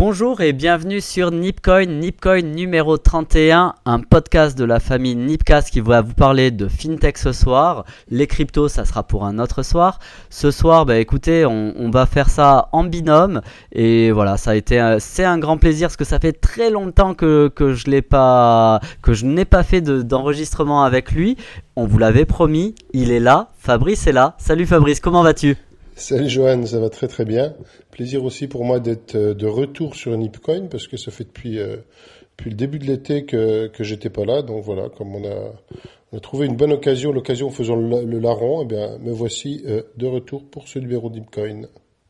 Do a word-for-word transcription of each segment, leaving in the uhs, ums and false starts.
Bonjour et bienvenue sur Nipcoin, Nipcoin numéro trente et un, un podcast de la famille Nipcast qui va vous parler de FinTech ce soir. Les cryptos, ça sera pour un autre soir. Ce soir, bah écoutez, on, on va faire ça en binôme et voilà, ça a été, c'est un grand plaisir parce que ça fait très longtemps que, que je l'ai pas, que je n'ai pas fait de, d'enregistrement avec lui. On vous l'avait promis, il est là, Fabrice est là. Salut Fabrice, comment vas-tu ? Salut Johan, ça va très très bien. Plaisir aussi pour moi d'être de retour sur Nipcoin parce que ça fait depuis, euh, depuis le début de l'été que, que j'étais pas là. Donc voilà, comme on a, on a trouvé une bonne occasion, l'occasion faisant le, le larron, eh bien me voici euh, de retour pour ce numéro de Nipcoin.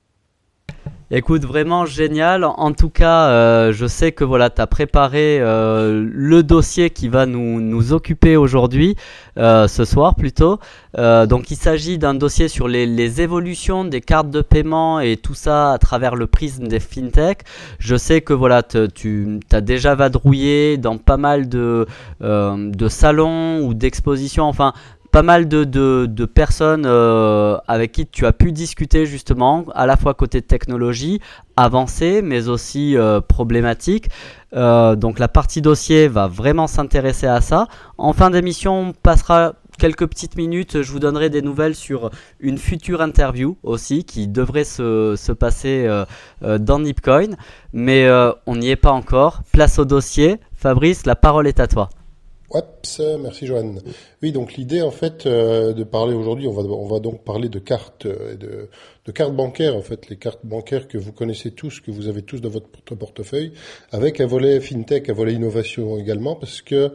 Écoute, vraiment génial. En tout cas, euh, je sais que voilà, tu as préparé euh, le dossier qui va nous, nous occuper aujourd'hui, euh, ce soir plutôt. Euh, donc, il s'agit d'un dossier sur les, les évolutions des cartes de paiement et tout ça à travers le prisme des fintech. Je sais que voilà, te, tu as déjà vadrouillé dans pas mal de, euh, de salons ou d'expositions, enfin... Pas mal de, de, de personnes euh, avec qui tu as pu discuter justement, à la fois côté technologie, avancée, mais aussi euh, problématique. Euh, donc la partie dossier va vraiment s'intéresser à ça. En fin d'émission, on passera quelques petites minutes. Je vous donnerai des nouvelles sur une future interview aussi qui devrait se, se passer euh, euh, dans Nipcoin. Mais euh, on n'y est pas encore. Place au dossier. Fabrice, la parole est à toi. Oups, merci Johan. Oui, donc l'idée en fait euh, de parler aujourd'hui, on va on va donc parler de cartes euh, de de cartes bancaires en fait, les cartes bancaires que vous connaissez tous, que vous avez tous dans votre portefeuille, avec un volet fintech, un volet innovation également, parce que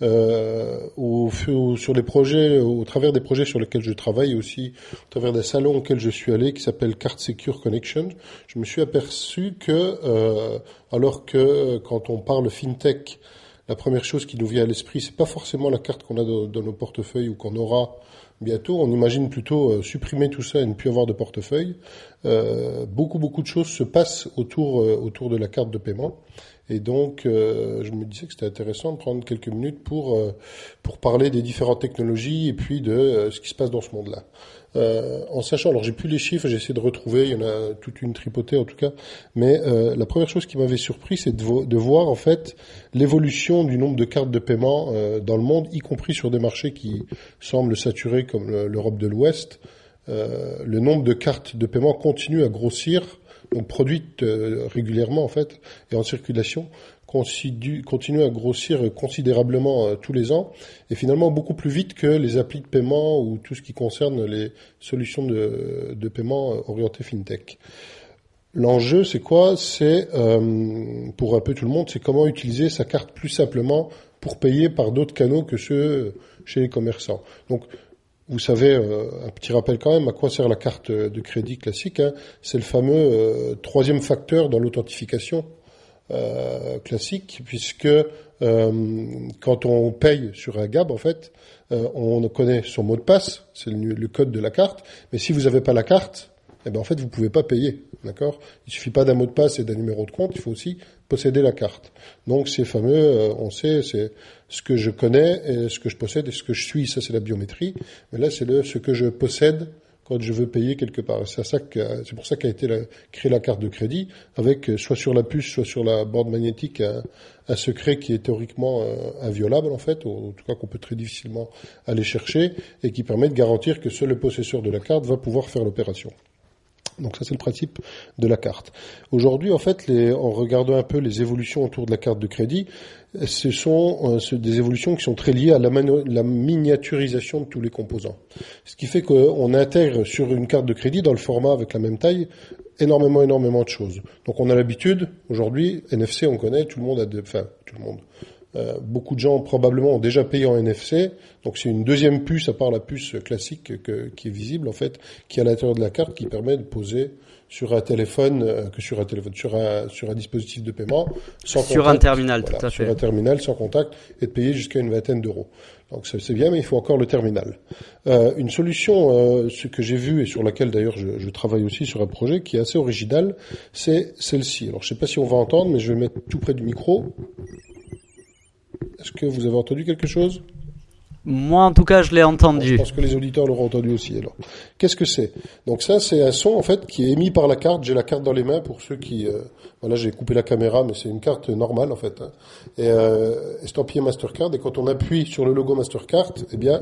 euh, au, au sur les projets, au travers des projets sur lesquels je travaille aussi, au travers des salons auxquels je suis allé, qui s'appelle Card Secure Connection, je me suis aperçu que euh, alors que quand on parle fintech, la première chose qui nous vient à l'esprit, c'est pas forcément la carte qu'on a dans, dans nos portefeuilles ou qu'on aura bientôt. On imagine plutôt euh, supprimer tout ça et ne plus avoir de portefeuille. Euh, beaucoup, beaucoup de choses se passent autour, euh, autour de la carte de paiement. Et donc, euh, je me disais que c'était intéressant de prendre quelques minutes pour, euh, pour parler des différentes technologies et puis de euh, ce qui se passe dans ce monde-là. Euh, en sachant, alors j'ai plus les chiffres, j'ai essayé de retrouver, il y en a toute une tripotée en tout cas, mais euh, la première chose qui m'avait surpris, c'est de, vo- de voir en fait l'évolution du nombre de cartes de paiement euh, dans le monde, y compris sur des marchés qui semblent saturés comme le, l'Europe de l'Ouest. Euh, le nombre de cartes de paiement continue à grossir, donc produites euh, régulièrement en fait et en circulation, continue à grossir considérablement euh, tous les ans et finalement beaucoup plus vite que les applis de paiement ou tout ce qui concerne les solutions de, de paiement orientées fintech. L'enjeu, c'est quoi ? C'est, euh, pour un peu tout le monde, c'est comment utiliser sa carte plus simplement pour payer par d'autres canaux que ceux chez les commerçants. Donc, vous savez, euh, un petit rappel quand même, à quoi sert la carte de crédit classique, hein ? C'est le fameux euh, troisième facteur dans l'authentification Euh, classique, puisque euh, quand on paye sur un G A B, en fait, euh, on connaît son mot de passe, c'est le, le code de la carte, mais si vous n'avez pas la carte, eh ben en fait vous pouvez pas payer, d'accord ? Il suffit pas d'un mot de passe et d'un numéro de compte, il faut aussi posséder la carte. Donc c'est fameux, euh, on sait, c'est ce que je connais, et ce que je possède et ce que je suis, ça c'est la biométrie, mais là c'est le ce que je possède quand je veux payer quelque part. C'est, ça que, c'est pour ça qu'a été la, créée la carte de crédit, avec soit sur la puce, soit sur la bande magnétique, un, un secret qui est théoriquement euh, inviolable en fait, ou en tout cas qu'on peut très difficilement aller chercher, et qui permet de garantir que seul le possesseur de la carte va pouvoir faire l'opération. Donc ça c'est le principe de la carte. Aujourd'hui en fait, les, en regardant un peu les évolutions autour de la carte de crédit, ce sont euh, des évolutions qui sont très liées à la, manu- la miniaturisation de tous les composants. Ce qui fait qu'on intègre sur une carte de crédit dans le format avec la même taille énormément énormément de choses. Donc on a l'habitude aujourd'hui, N F C on connaît, tout le monde a de, enfin tout le monde. Euh, beaucoup de gens probablement ont déjà payé en N F C, donc c'est une deuxième puce à part la puce classique que, qui est visible en fait, qui est à l'intérieur de la carte, qui permet de poser sur un téléphone, euh, que sur un téléphone, sur un sur un dispositif de paiement, sans sur contact, un terminal, voilà, tout à sur fait. un terminal sans contact et de payer jusqu'à une vingtaine d'euros. Donc c'est, c'est bien, mais il faut encore le terminal. Euh, une solution, euh, ce que j'ai vu et sur laquelle d'ailleurs je, je travaille aussi sur un projet qui est assez original, c'est celle-ci. Alors je sais pas si on va entendre, mais je vais le mettre tout près du micro. Est-ce que vous avez entendu quelque chose ? Moi, en tout cas, je l'ai entendu. Je pense que les auditeurs l'auront entendu aussi. Alors, qu'est-ce que c'est? Donc ça, c'est un son en fait qui est émis par la carte. J'ai la carte dans les mains pour ceux qui. Euh, voilà, j'ai coupé la caméra, mais c'est une carte normale en fait. Hein. Et euh, estampillé Mastercard. Et quand on appuie sur le logo Mastercard, eh bien,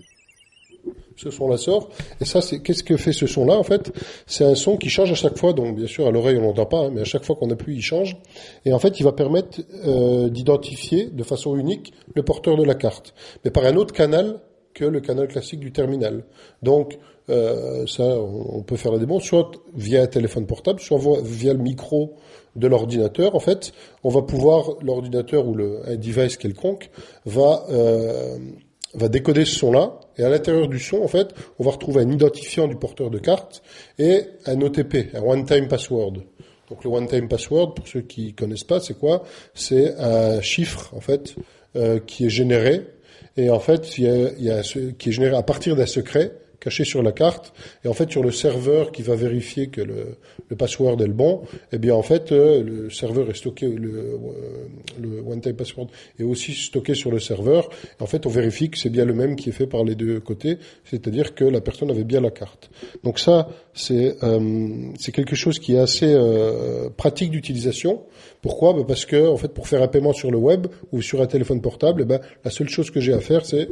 ce son-là sort. Et ça, c'est qu'est-ce que fait ce son-là en fait? C'est un son qui change à chaque fois. Donc bien sûr, à l'oreille, on l'entend pas, hein, mais à chaque fois qu'on appuie, il change. Et en fait, il va permettre euh, d'identifier de façon unique le porteur de la carte, mais par un autre canal que le canal classique du terminal. Donc euh, ça, on, on peut faire la démo, soit via un téléphone portable, soit via le micro de l'ordinateur. En fait, on va pouvoir, l'ordinateur ou le, un device quelconque va euh, va décoder ce son-là, et à l'intérieur du son, en fait, on va retrouver un identifiant du porteur de carte et un O T P, un one-time password. Donc le one-time password, pour ceux qui connaissent pas, c'est quoi? C'est un chiffre, en fait, euh, qui est généré, et en fait, il y a, il y a un, qui est généré à partir d'un secret caché sur la carte, et en fait sur le serveur qui va vérifier que le, le password est le bon, eh bien en fait euh, le serveur est stocké, le, euh, le one-time password est aussi stocké sur le serveur, et en fait on vérifie que c'est bien le même qui est fait par les deux côtés, c'est-à-dire que la personne avait bien la carte. Donc ça c'est euh, c'est quelque chose qui est assez euh, pratique d'utilisation. Pourquoi? Ben parce que en fait pour faire un paiement sur le web ou sur un téléphone portable, eh ben la seule chose que j'ai à faire c'est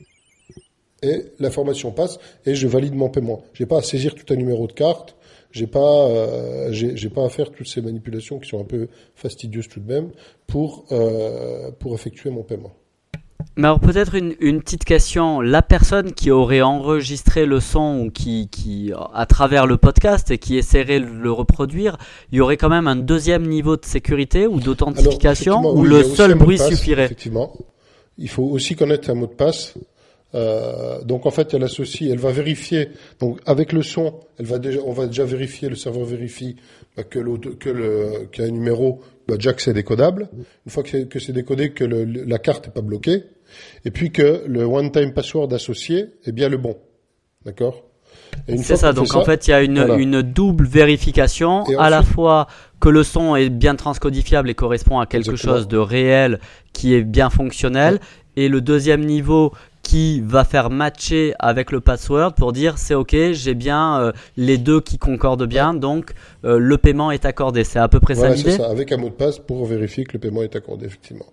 et l'information passe et je valide mon paiement. J'ai pas à saisir tout un numéro de carte, j'ai pas euh, j'ai, j'ai pas à faire toutes ces manipulations qui sont un peu fastidieuses tout de même pour euh, pour effectuer mon paiement. Mais alors peut-être une, une petite question, la personne qui aurait enregistré le son ou qui, qui à travers le podcast et qui essaierait de le reproduire, il y aurait quand même un deuxième niveau de sécurité ou d'authentification Alors, ou oui, le seul bruit passe, suffirait? Effectivement, il faut aussi connaître un mot de passe. Euh, donc en fait, elle associe, elle va vérifier. Donc avec le son, elle va déjà, on va déjà vérifier, le serveur vérifie bah, que le que le qu'il y a un numéro, bah, déjà que c'est décodable. Une fois que c'est, que c'est décodé, que le, la carte est pas bloquée, et puis que le one-time password associé est bien le bon. D'accord? Et une c'est ça. Donc ça, en fait, il y a une voilà. une double vérification, et à ensuite, la fois que le son est bien transcodifiable et correspond à quelque exactement. chose de réel qui est bien fonctionnel, ouais. Et le deuxième niveau qui va faire matcher avec le password pour dire c'est ok, j'ai bien euh, les deux qui concordent bien, ouais. donc euh, le paiement est accordé. C'est à peu près voilà, ça l'idée? C'est ça, avec un mot de passe pour vérifier que le paiement est accordé, effectivement.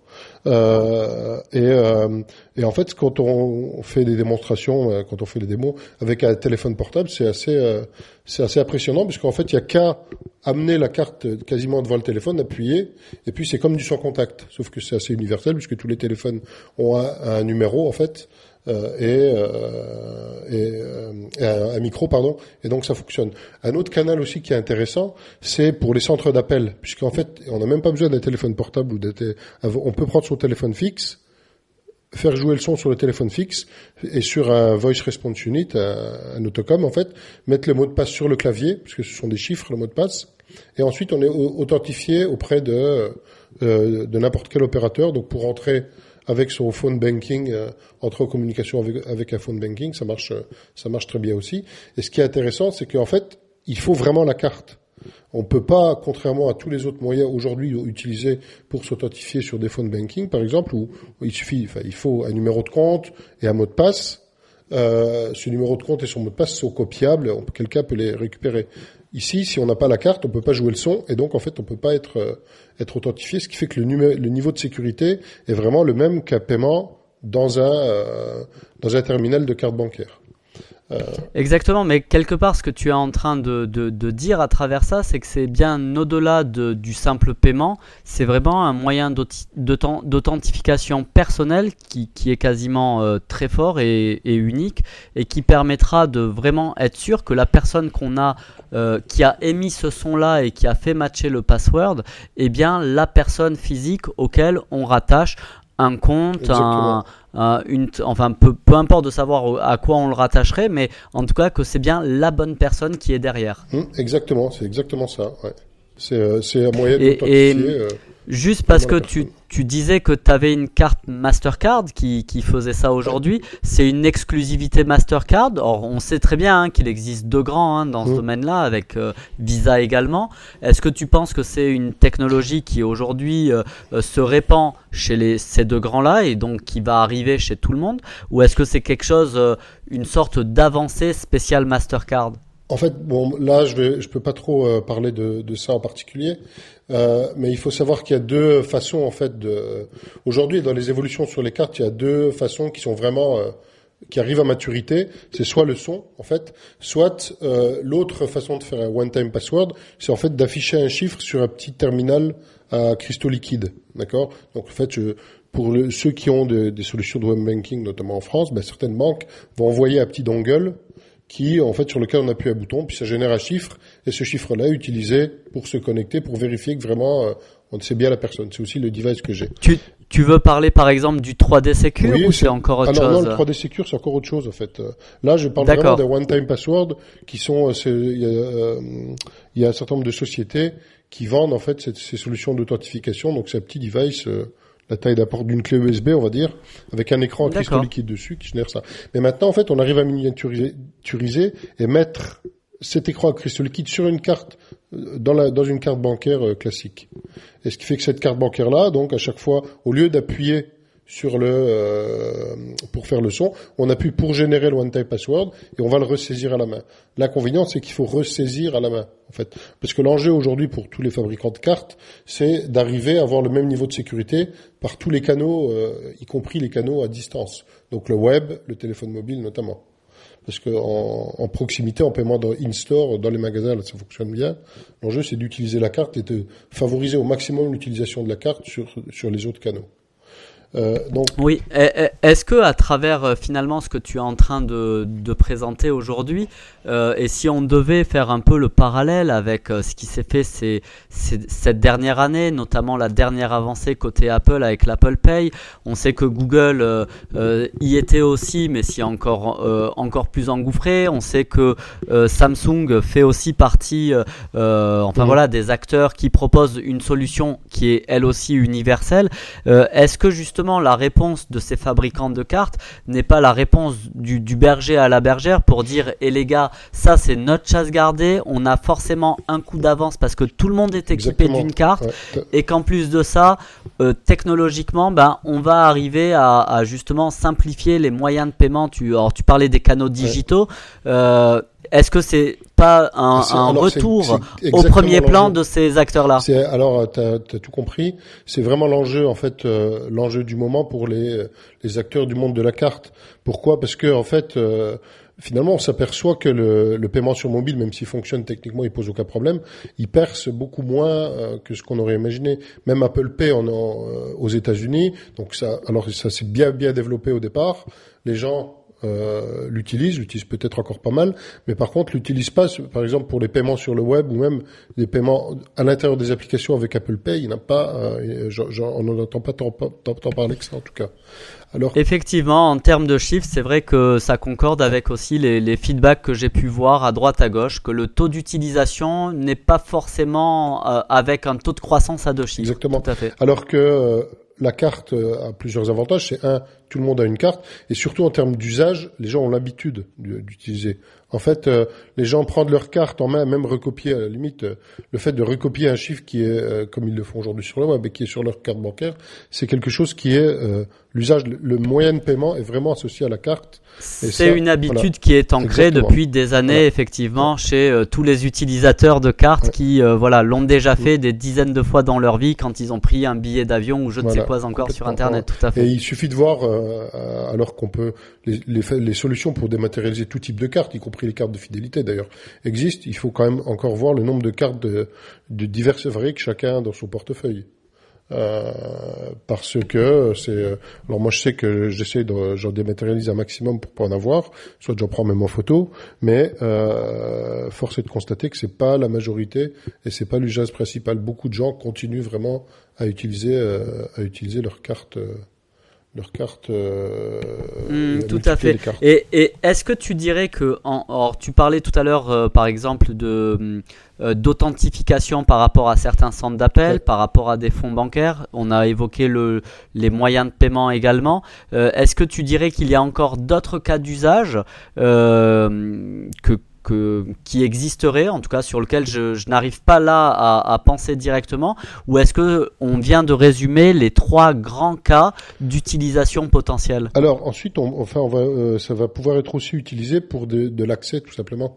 Euh, et, euh, et en fait, quand on fait des démonstrations, euh, quand on fait des démos avec un téléphone portable, c'est assez, euh, c'est assez impressionnant puisqu'en fait, il y a qu'à amener la carte quasiment devant le téléphone, appuyer, et puis c'est comme du sans contact, sauf que c'est assez universel puisque tous les téléphones ont un, un numéro en fait. Euh, et, euh, et, euh, et un, un micro pardon et donc ça fonctionne. Un autre canal aussi qui est intéressant, c'est pour les centres d'appel, puisqu'en fait on n'a même pas besoin d'un téléphone portable ou d'un té- on peut prendre son téléphone fixe, faire jouer le son sur le téléphone fixe et sur un voice response unit, un, un autocom en fait, mettre le mot de passe sur le clavier puisque ce sont des chiffres le mot de passe, et ensuite on est authentifié auprès de euh, de n'importe quel opérateur. Donc pour entrer avec son phone banking, euh, entrer en communication avec, avec un phone banking, ça marche, ça marche très bien aussi. Et ce qui est intéressant, c'est qu'en fait, il faut vraiment la carte. On peut pas, contrairement à tous les autres moyens aujourd'hui utilisés pour s'authentifier sur des phone banking, par exemple, où, où il suffit, enfin, il faut un numéro de compte et un mot de passe. Euh, ce numéro de compte et son mot de passe sont copiables, on, quelqu'un peut les récupérer. Ici, si on n'a pas la carte, on peut pas jouer le son, et donc en fait, on peut pas être euh, être authentifié, ce qui fait que le, numé- le niveau de sécurité est vraiment le même qu'un paiement dans un euh, dans un terminal de carte bancaire. Euh... Exactement, mais quelque part, ce que tu es en train de, de, de dire à travers ça, c'est que c'est bien au-delà de, du simple paiement, c'est vraiment un moyen d'authentification personnelle qui, qui est quasiment euh, très fort et, et unique, et qui permettra de vraiment être sûr que la personne qu'on a, euh, qui a émis ce son-là et qui a fait matcher le password, est bien la personne physique auquel on rattache un compte, un, un, une, enfin peu, peu importe de savoir à quoi on le rattacherait, mais en tout cas que c'est bien la bonne personne qui est derrière. Mmh, exactement, c'est exactement ça. Ouais. C'est, euh, c'est un moyen et, d'authentifier. Et, euh... Juste parce que la tu, personne. tu disais que tu avais une carte Mastercard qui, qui faisait ça aujourd'hui, c'est une exclusivité Mastercard. Or, on sait très bien hein, qu'il existe deux grands hein, dans ce Mmh. domaine-là, avec euh, Visa également. Est-ce que tu penses que c'est une technologie qui aujourd'hui euh, euh, se répand chez les, ces deux grands-là et donc qui va arriver chez tout le monde? Ou est-ce que c'est quelque chose, euh, une sorte d'avancée spéciale Mastercard? En fait, bon, là, je vais, je peux pas trop euh, parler de, de ça en particulier, euh, mais il faut savoir qu'il y a deux façons en fait de. Aujourd'hui, dans les évolutions sur les cartes, il y a deux façons qui sont vraiment euh, qui arrivent à maturité. C'est soit le son, en fait, soit euh, l'autre façon de faire un one-time password, c'est en fait d'afficher un chiffre sur un petit terminal à cristaux liquides, d'accord? Donc, en fait, je, pour le- ceux qui ont de- des solutions de web banking, notamment en France, ben, certaines banques vont envoyer un petit dongle qui, en fait, sur lequel on appuie un bouton, puis ça génère un chiffre, et ce chiffre-là est utilisé pour se connecter, pour vérifier que vraiment, euh, on sait bien la personne. C'est aussi le device que j'ai. Tu, tu veux parler par exemple du trois D Secure Oui, ou c'est encore autre ah non, non, chose? le trois D Secure, c'est encore autre chose, en fait. Euh, Là, je parle D'accord. vraiment des one-time passwords qui sont, euh, c'est- il y a, euh, il y a un certain nombre de sociétés qui vendent, en fait, ces, ces solutions d'authentification. Donc, c'est un petit device, euh, la taille d'un port d'une clé U S B, on va dire, avec un écran à cristaux D'accord. liquides dessus qui génère ça. Mais maintenant, en fait, on arrive à miniaturiser miniaturiser et mettre cet écran à cristaux liquides sur une carte, euh, dans la, dans une carte bancaire euh, classique. Et ce qui fait que cette carte bancaire-là, donc, à chaque fois, au lieu d'appuyer sur le euh, pour faire le son, on appuie pour générer le one-time password et on va le ressaisir à la main. L'inconvénient, c'est qu'il faut ressaisir à la main, en fait, parce que l'enjeu aujourd'hui pour tous les fabricants de cartes, c'est d'arriver à avoir le même niveau de sécurité par tous les canaux, euh, y compris les canaux à distance. Donc le web, le téléphone mobile notamment. Parce que en, en proximité, en paiement dans in-store, dans les magasins, là, ça fonctionne bien. L'enjeu, c'est d'utiliser la carte et de favoriser au maximum l'utilisation de la carte sur sur les autres canaux. Euh, donc, Oui, et- et- est-ce que à travers euh, finalement ce que tu es en train de, de présenter aujourd'hui, euh, et si on devait faire un peu le parallèle avec euh, ce qui s'est fait ces, ces- cette dernière année, notamment la dernière avancée côté Apple avec l'Apple Pay, on sait que Google euh, euh, y était aussi, mais s'y est encore, euh, encore plus engouffré. On sait que euh, Samsung fait aussi partie, euh, euh, enfin Mhm. voilà, des acteurs qui proposent une solution qui est elle aussi universelle. Euh, est-ce que justement la réponse de ces fabricants de cartes n'est pas la réponse du, du berger à la bergère pour dire eh les gars, ça c'est notre chasse gardée, on a forcément un coup d'avance parce que tout le monde est équipé exactement. d'une carte Ouais, t'as- et qu'en plus de ça, euh, technologiquement, ben, on va arriver à, à justement simplifier les moyens de paiement. Tu, alors, tu parlais des canaux digitaux. Euh, est-ce que c'est pas un, c'est- un alors, c'est- retour c'est au exactement premier plan l'enjeu. de ces acteurs-là? C'est alors t'as as tout compris. C'est vraiment l'enjeu en fait, euh, l'enjeu du moment pour les les acteurs du monde de la carte. Pourquoi? Parce que en fait, euh, finalement, on s'aperçoit que le, le paiement sur mobile, même s'il fonctionne techniquement, il pose aucun problème. Il perce beaucoup moins euh, que ce qu'on aurait imaginé. Même Apple Pay en, en, euh, aux États-Unis. Donc ça, alors ça s'est bien bien développé au départ. Les gens euh, l'utilisent, l'utilisent peut-être encore pas mal, mais par contre l'utilisent pas, par exemple pour les paiements sur le web ou même les paiements à l'intérieur des applications avec Apple Pay, il n'a pas, euh, genre, genre, on n'entend pas tant, tant, tant parler que ça en tout cas. Alors, Effectivement, en termes de chiffres, c'est vrai que ça concorde avec aussi les, les feedbacks que j'ai pu voir à droite à gauche, que le taux d'utilisation n'est pas forcément euh, avec un taux de croissance à deux chiffres. exactement. Tout à fait. Alors que euh, la carte euh, a plusieurs avantages. C'est un, tout le monde a une carte, et surtout en termes d'usage, les gens ont l'habitude d'utiliser. En fait, euh, les gens prennent leur carte en main, même recopier à la limite. Euh, le fait de recopier un chiffre qui est, euh, comme ils le font aujourd'hui sur le web, et qui est sur leur carte bancaire, c'est quelque chose qui est euh, l'usage, le, le moyen de paiement est vraiment associé à la carte. Et C'est ça, une habitude voilà. qui est ancrée Exactement. depuis des années, Voilà. effectivement, chez euh, tous les utilisateurs de cartes Ouais. qui, euh, voilà, l'ont déjà fait des dizaines de fois dans leur vie quand ils ont pris un billet d'avion ou je ne Voilà. sais quoi encore sur Complètement. Internet. Tout à Et fait. il suffit de voir, euh, alors qu'on peut, les, les, les solutions pour dématérialiser tout type de cartes, y compris les cartes de fidélité d'ailleurs, existent. Il faut quand même encore voir le nombre de cartes de, de diverses variétés que chacun a dans son portefeuille. Euh, parce que c'est, alors moi je sais que j'essaie de, j'en dématérialise un maximum pour pas en avoir, soit j'en prends même en photo, mais euh, force est de constater que c'est pas la majorité et c'est pas l'usage principal. Beaucoup de gens continuent vraiment à utiliser, euh, à utiliser leur carte. Euh, leurs cartes. Euh, Mm, et à tout à multiplier fait. les cartes. Et, et est-ce que tu dirais que, en, or, tu parlais tout à l'heure, euh, par exemple, de hum, euh, d'authentification par rapport à certains centres d'appel, Ouais. par rapport à des fonds bancaires. On a évoqué le, les moyens de paiement également. Euh, est-ce que tu dirais qu'il y a encore d'autres cas d'usage euh, que que, qui existeraient, en tout cas sur lequel je, je n'arrive pas là à, à penser directement, ou est-ce que on vient de résumer les trois grands cas d'utilisation potentielle? Alors ensuite, on, enfin, on va, euh, ça va pouvoir être aussi utilisé pour de, de l'accès, tout simplement.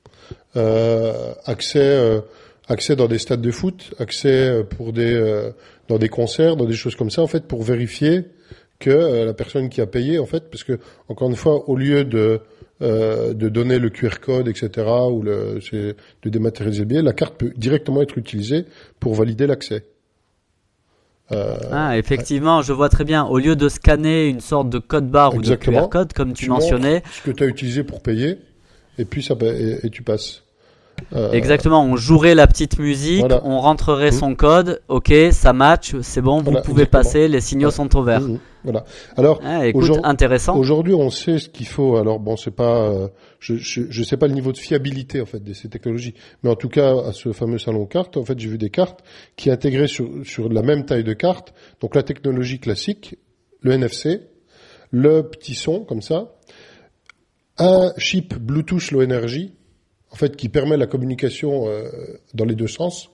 Euh, accès, euh, accès dans des stades de foot, accès euh, pour des, euh, dans des concerts, dans des choses comme ça, en fait, pour vérifier que euh, la personne qui a payé, en fait, parce que encore une fois, au lieu de euh, de donner le Q R code, et cetera, ou le, c'est, de dématérialiser le billet, la carte peut directement être utilisée pour valider l'accès. Euh, Ah, effectivement, je vois très bien. Au lieu de scanner une sorte de code barre ou de Q Exactement. R code, comme tu Tu montres mentionnais, ce que tu as utilisé pour payer, et puis ça, et, et tu passes. Euh, exactement, on jouerait la petite musique, Voilà. on rentrerait Mmh. son code, ok, ça match, c'est bon, vous Voilà, pouvez exactement. passer, les signaux Ouais. sont au vert. Mmh, mmh. Voilà. Alors, Ah, écoute, Aujourd'hui- intéressant. aujourd'hui, on sait ce qu'il faut. Alors bon, c'est pas, euh, je, je, je sais pas le niveau de fiabilité en fait de ces technologies, mais en tout cas à ce fameux salon carte, en fait, j'ai vu des cartes qui intégraient sur sur la même taille de carte, donc la technologie classique, le N F C, le petit son comme ça, un chip Bluetooth Low Energy, en fait, qui permet la communication euh, dans les deux sens.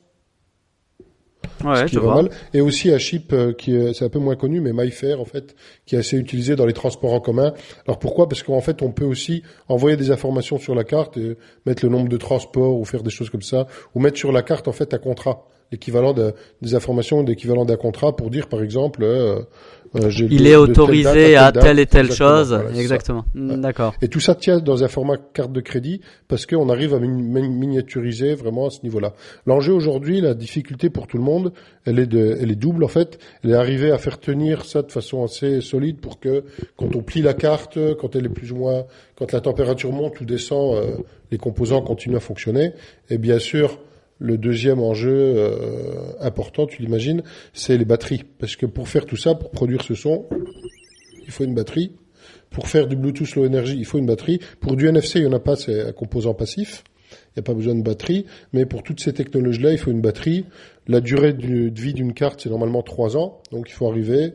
Ce Ouais, qui je est vois. pas mal. Et aussi un chip euh, qui est, c'est un peu moins connu, mais MyFair, en fait, qui est assez utilisé dans les transports en commun. Alors pourquoi? Parce qu'en fait, on peut aussi envoyer des informations sur la carte et mettre le nombre de transports ou faire des choses comme ça, ou mettre sur la carte, en fait, un contrat, l'équivalent de, des informations d'équivalent d'un contrat pour dire, par exemple, euh, euh, j'ai Il de- est de autorisé telle date à date. telle et telle Exactement. chose. Voilà, c'est ça. Exactement. Mm, Ouais. D'accord. Et tout ça tient dans un format carte de crédit parce qu'on arrive à min- min- miniaturiser vraiment à ce niveau-là. L'enjeu aujourd'hui, la difficulté pour tout le monde, elle est, de, elle est double en fait. Elle est arrivée à faire tenir ça de façon assez solide pour que quand on plie la carte, quand elle est plus ou moins, quand la température monte ou descend, euh, les composants continuent à fonctionner. Et bien sûr, le deuxième enjeu euh, important, tu l'imagines, c'est les batteries. Parce que pour faire tout ça, pour produire ce son, il faut une batterie. Pour faire du Bluetooth Low Energy, il faut une batterie. Pour du N F C, il n'y en a pas, c'est un composant passif. Il n'y a pas besoin de batterie. Mais pour toutes ces technologies-là, il faut une batterie. La durée du- de vie d'une carte, c'est normalement trois ans. Donc il faut arriver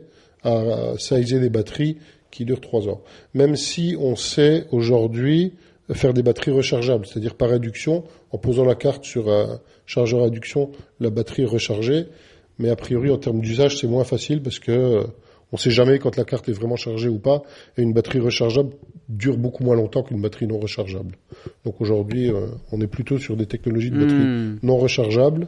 à sizer des batteries qui durent trois ans. Même si on sait aujourd'hui faire des batteries rechargeables, c'est-à-dire par induction, en posant la carte sur un chargeur à induction, la batterie est rechargée. Mais a priori, en termes d'usage, c'est moins facile parce que euh, on ne sait jamais quand la carte est vraiment chargée ou pas. Et une batterie rechargeable dure beaucoup moins longtemps qu'une batterie non rechargeable. Donc aujourd'hui, euh, on est plutôt sur des technologies de batterie Mm. non rechargeables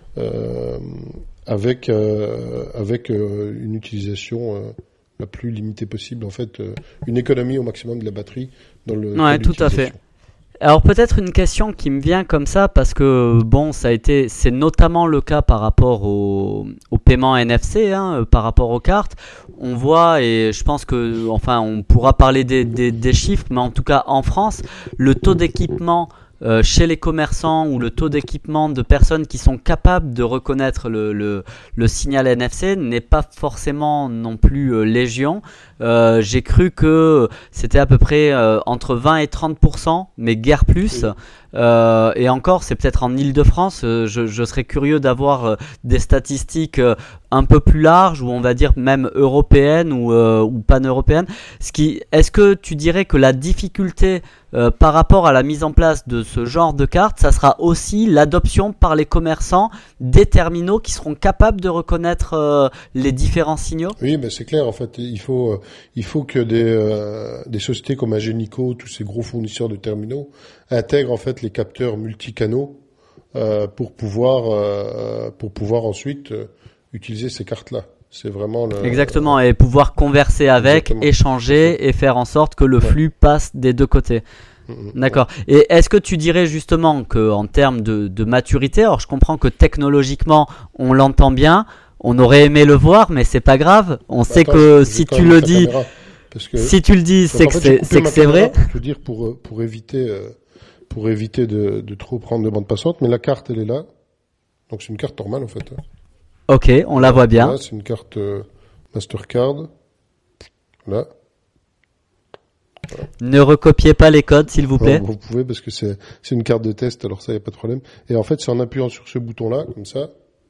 euh, avec euh, avec euh, une utilisation euh, la plus limitée possible. En fait, euh, une économie au maximum de la batterie dans le Ouais, cas tout à fait. d'utilisation. Alors peut-être une question qui me vient comme ça parce que bon, ça a été, c'est notamment le cas par rapport au, au paiement N F C, hein, euh, par rapport aux cartes. On voit et je pense que, enfin, on pourra parler des, des, des chiffres, mais en tout cas en France, le taux d'équipement euh, chez les commerçants ou le taux d'équipement de personnes qui sont capables de reconnaître le, le, le signal N F C n'est pas forcément non plus euh, légion. Euh, j'ai cru que c'était à peu près euh, entre vingt et trente pour cent, mais guère plus. Oui. Euh, et encore, c'est peut-être en Île-de-France. Euh, je, je serais curieux d'avoir euh, des statistiques euh, un peu plus larges, ou on va dire même européennes ou, euh, ou pan-européennes. Ce qui, est-ce que tu dirais que la difficulté euh, par rapport à la mise en place de ce genre de carte, ça sera aussi l'adoption par les commerçants des terminaux qui seront capables de reconnaître euh, les différents signaux? Oui, mais c'est clair. En fait, il faut euh, il faut que des euh, des sociétés comme Ingenico, tous ces gros fournisseurs de terminaux, intègrent en fait les capteurs multicanaux euh, pour pouvoir euh, pour pouvoir ensuite euh, utiliser ces cartes-là. C'est vraiment le Exactement, et pouvoir converser avec, Exactement. échanger et faire en sorte que le Ouais. flux passe des deux côtés. Mm, mm, D'accord. Et est-ce que tu dirais justement qu'en termes de, de maturité, alors je comprends que technologiquement on l'entend bien, on aurait aimé le voir, mais c'est pas grave. On Bah, sait attends, que je vais si quand tu même le mettre la dis, caméra, parce que si tu le dis, donc, c'est en que fait, j'ai c'est coupé c'est que ma c'est caméra vrai. pour te dire pour euh, pour éviter euh, pour éviter de de trop prendre de bande passante, mais la carte elle est là. Donc c'est une carte normale en fait. hein. Ok, on la voit bien. Voilà, c'est une carte euh, Mastercard. Là. Voilà. Ne recopiez pas les codes, s'il vous plaît. Non, vous pouvez parce que c'est c'est une carte de test, alors ça, il n'y a pas de problème. Et en fait, c'est en appuyant sur ce bouton-là, comme ça.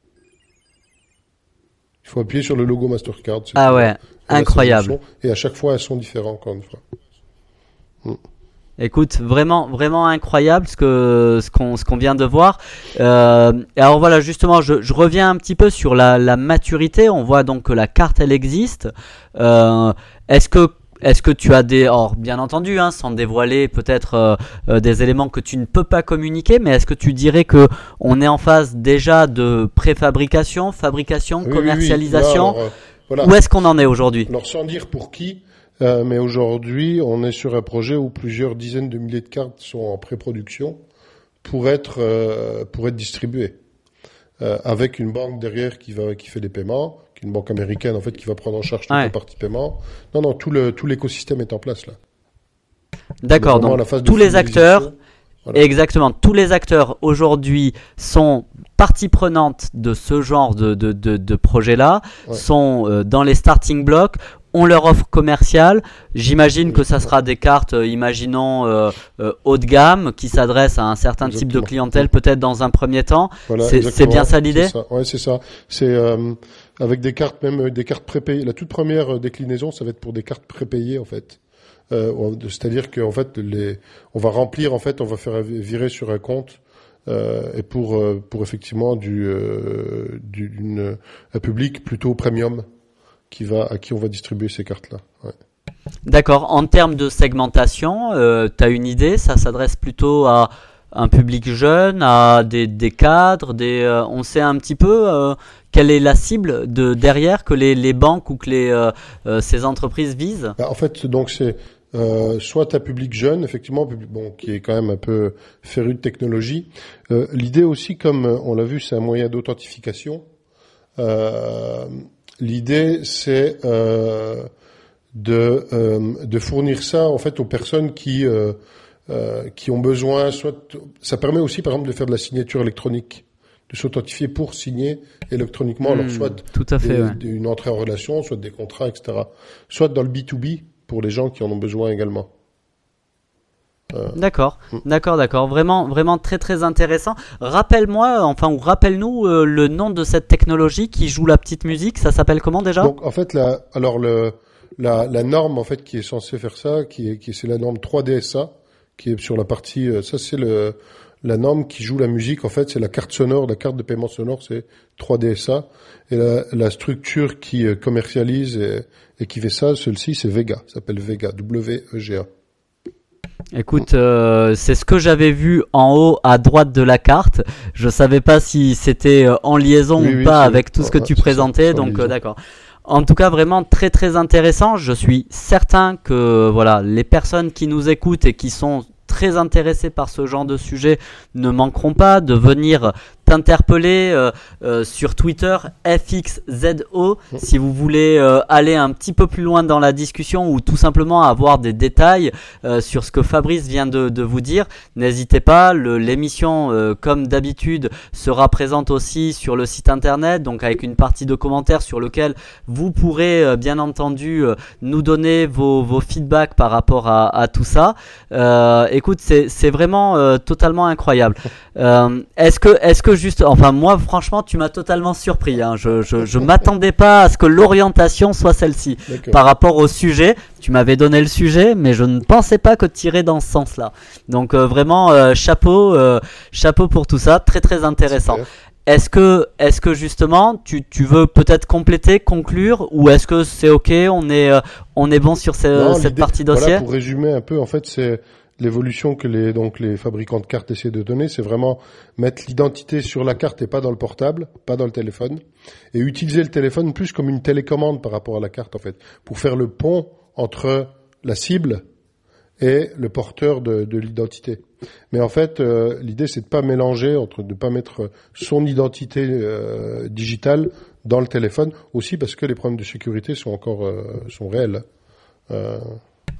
Il faut appuyer sur le logo Mastercard. Ah ouais, incroyable. Et à chaque fois, elles sont différentes, encore une fois. Mm. Écoute, vraiment, vraiment incroyable ce que ce qu'on ce qu'on vient de voir. Euh, alors voilà, justement, je, je reviens un petit peu sur la, la maturité. On voit donc que la carte, elle existe. Euh, est-ce que Est-ce que tu as des, or bien entendu, hein, sans dévoiler peut-être euh, euh, des éléments que tu ne peux pas communiquer, mais est-ce que tu dirais que on est en phase déjà de préfabrication, fabrication, oui, commercialisation, oui, oui. Là, alors, euh, voilà. Où est-ce qu'on en est aujourd'hui? Alors sans dire pour qui, euh, mais aujourd'hui on est sur un projet où plusieurs dizaines de milliers de cartes sont en pré-production pour être euh, pour être distribuées, euh, avec une banque derrière qui va qui fait les paiements. Une banque américaine en fait qui va prendre en charge toute ouais. la partie paiement. Non, non, tout le tout l'écosystème est en place là. D'accord, donc tous les acteurs, voilà. Exactement, tous les acteurs aujourd'hui sont partie prenante de ce genre de de de, de projet-là, ouais. sont euh, dans les starting blocks. On leur offre commercial. J'imagine oui, que ça sera des cartes, euh, imaginons euh, euh, haut de gamme, qui s'adressent à un certain exactement. Type de clientèle, peut-être dans un premier temps. Voilà, c'est, c'est bien ça l'idée? C'est ça. Ouais, c'est ça. C'est euh, avec des cartes, même des cartes prépayées. La toute première déclinaison, ça va être pour des cartes prépayées en fait. Euh, c'est-à-dire qu'en fait, les, on va remplir en fait, on va faire virer sur un compte. Euh, et pour euh, pour effectivement du, euh, du d'une, un public plutôt premium. Qui va, à qui on va distribuer ces cartes-là. Ouais. D'accord. En termes de segmentation, euh, tu as une idée? Ça s'adresse plutôt à un public jeune, à des, des cadres, des, euh, on sait un petit peu euh, quelle est la cible de derrière que les, les banques ou que les, euh, euh, ces entreprises visent? Bah, en fait, donc c'est euh, soit un public jeune, effectivement, public, bon, qui est quand même un peu féru de technologie. Euh, l'idée aussi, comme on l'a vu, c'est un moyen d'authentification. Euh, L'idée, c'est euh, de, euh, de fournir ça en fait aux personnes qui euh, euh, qui ont besoin. Soit, ça permet aussi, par exemple, de faire de la signature électronique, de s'authentifier pour signer électroniquement. Mmh, alors, soit tout à fait, des, ouais. une entrée en relation, soit des contrats, et cetera. Soit dans le B to B pour les gens qui en ont besoin également. Euh, d'accord, mm. d'accord, d'accord. Vraiment, vraiment très, très intéressant. Rappelle-moi, enfin, ou rappelle-nous euh, le nom de cette technologie qui joue la petite musique. Ça s'appelle comment déjà? Donc, en fait, la, alors le, la, la norme en fait qui est censée faire ça, qui est, qui c'est la norme trois D S A, qui est sur la partie. Euh, ça, c'est le la norme qui joue la musique. En fait, c'est la carte sonore, la carte de paiement sonore, c'est trois D S A. Et la, la structure qui euh, commercialise et, et qui fait ça, celle-ci, c'est Vega. Ça s'appelle Vega, W E G A. Écoute, euh, c'est ce que j'avais vu en haut à droite de la carte. Je savais pas si c'était en liaison oui, ou oui, pas avec tout ce que tu présentais, donc euh, d'accord. En tout cas, vraiment très très intéressant. Je suis certain que voilà, les personnes qui nous écoutent et qui sont très intéressés par ce genre de sujet ne manqueront pas de venir t'interpeller euh, euh, sur Twitter F X Z O si vous voulez euh, aller un petit peu plus loin dans la discussion ou tout simplement avoir des détails euh, sur ce que Fabrice vient de, de vous dire. N'hésitez pas, le, l'émission euh, comme d'habitude sera présente aussi sur le site internet, donc avec une partie de commentaires sur lequel vous pourrez euh, bien entendu euh, nous donner vos, vos feedbacks par rapport à, à tout ça. Euh, écoute, c'est, c'est vraiment euh, totalement incroyable. Euh, est-ce que, est-ce que juste, enfin moi franchement tu m'as totalement surpris, hein. je, je, je m'attendais pas à ce que l'orientation soit celle-ci. D'accord. Par rapport au sujet. Tu m'avais donné le sujet, mais je ne pensais pas que tu irais dans ce sens-là. Donc euh, vraiment euh, chapeau, euh, chapeau pour tout ça, très très intéressant. Super. Est-ce que, est-ce que justement tu, tu veux peut-être compléter, conclure, ou est-ce que c'est ok, on est, euh, on est bon sur ce, non, cette partie dossier? Voilà, pour résumer un peu, en fait c'est l'évolution que les donc les fabricants de cartes essaient de donner, c'est vraiment mettre l'identité sur la carte et pas dans le portable, pas dans le téléphone, et utiliser le téléphone plus comme une télécommande par rapport à la carte en fait, pour faire le pont entre la cible et le porteur de, de l'identité. Mais en fait, euh, l'idée c'est de pas mélanger, entre de pas mettre son identité euh, digitale dans le téléphone, aussi parce que les problèmes de sécurité sont encore euh, sont réels. Euh,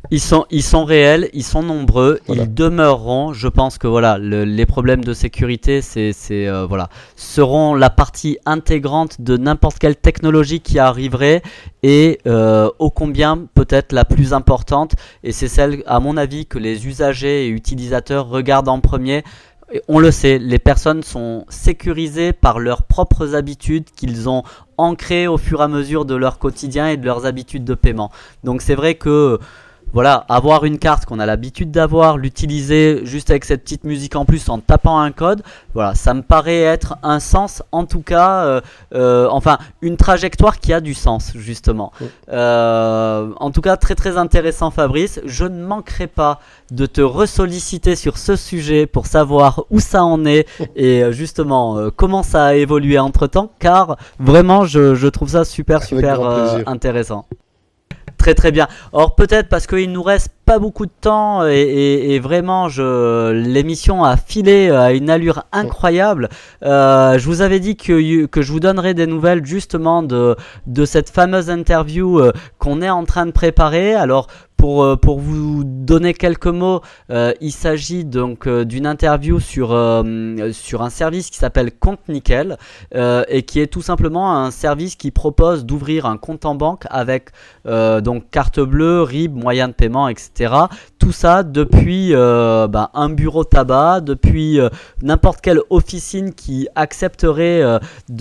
Ils sont, ils sont réels, ils sont nombreux, Voilà. ils demeureront. Je pense que voilà, le- les problèmes de sécurité, c'est, c'est euh, voilà, seront la partie intégrante de n'importe quelle technologie qui arriverait et euh, ô combien peut-être la plus importante. Et c'est celle, à mon avis, que les usagers et utilisateurs regardent en premier. Et on le sait, les personnes sont sécurisées par leurs propres habitudes qu'ils ont ancrées au fur et à mesure de leur quotidien et de leurs habitudes de paiement. Donc c'est vrai que voilà, avoir une carte qu'on a l'habitude d'avoir, l'utiliser juste avec cette petite musique en plus en tapant un code, voilà, ça me paraît être un sens, en tout cas, euh, euh, enfin, une trajectoire qui a du sens, justement. Oui. Euh, en tout cas, très très intéressant, Fabrice. Je ne manquerai pas de te ressolliciter sur ce sujet pour savoir où ça en est et euh, justement euh, comment ça a évolué entre temps, car vraiment, je, je trouve ça super Avec super grand euh, plaisir. intéressant. Très très bien. Or peut-être parce qu'il nous reste pas beaucoup de temps et, et, et vraiment je, l'émission a filé à une allure incroyable. Euh, je vous avais dit que, que je vous donnerais des nouvelles justement de, de cette fameuse interview euh, qu'on est en train de préparer. Alors pour, euh, pour vous donner quelques mots, euh, il s'agit donc euh, d'une interview sur, euh, sur un service qui s'appelle Compte Nickel euh, et qui est tout simplement un service qui propose d'ouvrir un compte en banque avec euh, donc carte bleue, R I B, moyen de paiement, et cetera. Tout ça depuis euh, bah, un bureau tabac, depuis euh, n'importe quelle officine qui accepterait euh,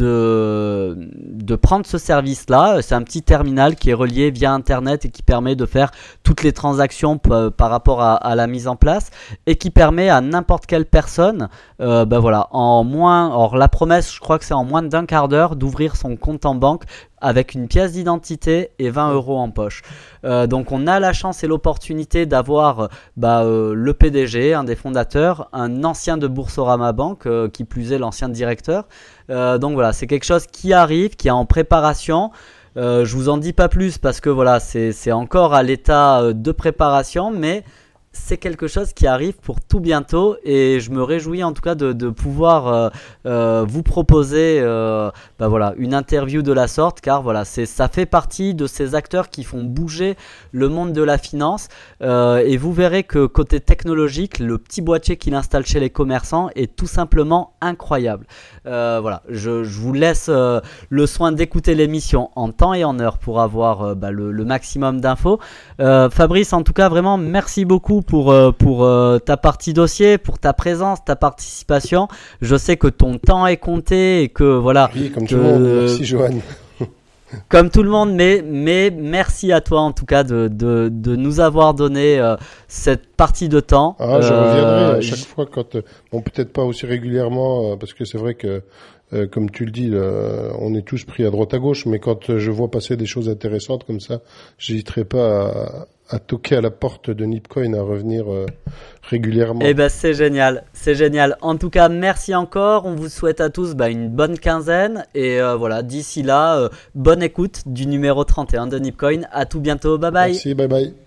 de, de prendre ce service-là. C'est un petit terminal qui est relié via Internet et qui permet de faire toutes les transactions p- par rapport à, à la mise en place et qui permet à n'importe quelle personne, euh, bah voilà, en moins, or la promesse, je crois que c'est en moins d'un quart d'heure d'ouvrir son compte en banque avec une pièce d'identité et vingt euros en poche. Euh, donc on a la chance et l'opportunité d'avoir bah, euh, le P D G, un des fondateurs, un ancien de Boursorama Banque, euh, qui plus est l'ancien directeur. Euh, donc voilà, c'est quelque chose qui arrive, qui est en préparation. Euh, je vous en dis pas plus parce que voilà, c'est, c'est encore à l'état euh, de préparation, mais c'est quelque chose qui arrive pour tout bientôt et je me réjouis en tout cas de, de pouvoir euh, euh, vous proposer euh, bah voilà, une interview de la sorte, car voilà, c'est, ça fait partie de ces acteurs qui font bouger le monde de la finance euh, et vous verrez que côté technologique, le petit boîtier qu'il installe chez les commerçants est tout simplement incroyable. Euh, voilà, je, je vous laisse euh, le soin d'écouter l'émission en temps et en heure pour avoir euh, bah, le, le maximum d'infos. Euh, Fabrice, en tout cas, vraiment merci beaucoup pour, euh, pour euh, ta partie dossier, pour ta présence, ta participation. Je sais que ton temps est compté et que voilà. Oui, comme que, tout le monde. Merci, Johan. Comme tout le monde, mais, mais merci à toi en tout cas de, de, de nous avoir donné euh, cette partie de temps. Ah, je Euh, reviendrai à chaque j- fois quand, euh, bon, peut-être pas aussi régulièrement, euh, parce que c'est vrai que, euh, comme tu le dis, le- on est tous pris à droite à gauche, mais quand euh, je vois passer des choses intéressantes comme ça, j'hésiterai pas à, à toquer à la porte de Nipcoin, à revenir euh, régulièrement. Eh ben c'est génial, c'est génial. En tout cas, merci encore. On vous souhaite à tous bah, une bonne quinzaine et euh, voilà. D'ici là, euh, bonne écoute du numéro trente et un de Nipcoin. À tout bientôt. Bye bye. Merci, bye bye.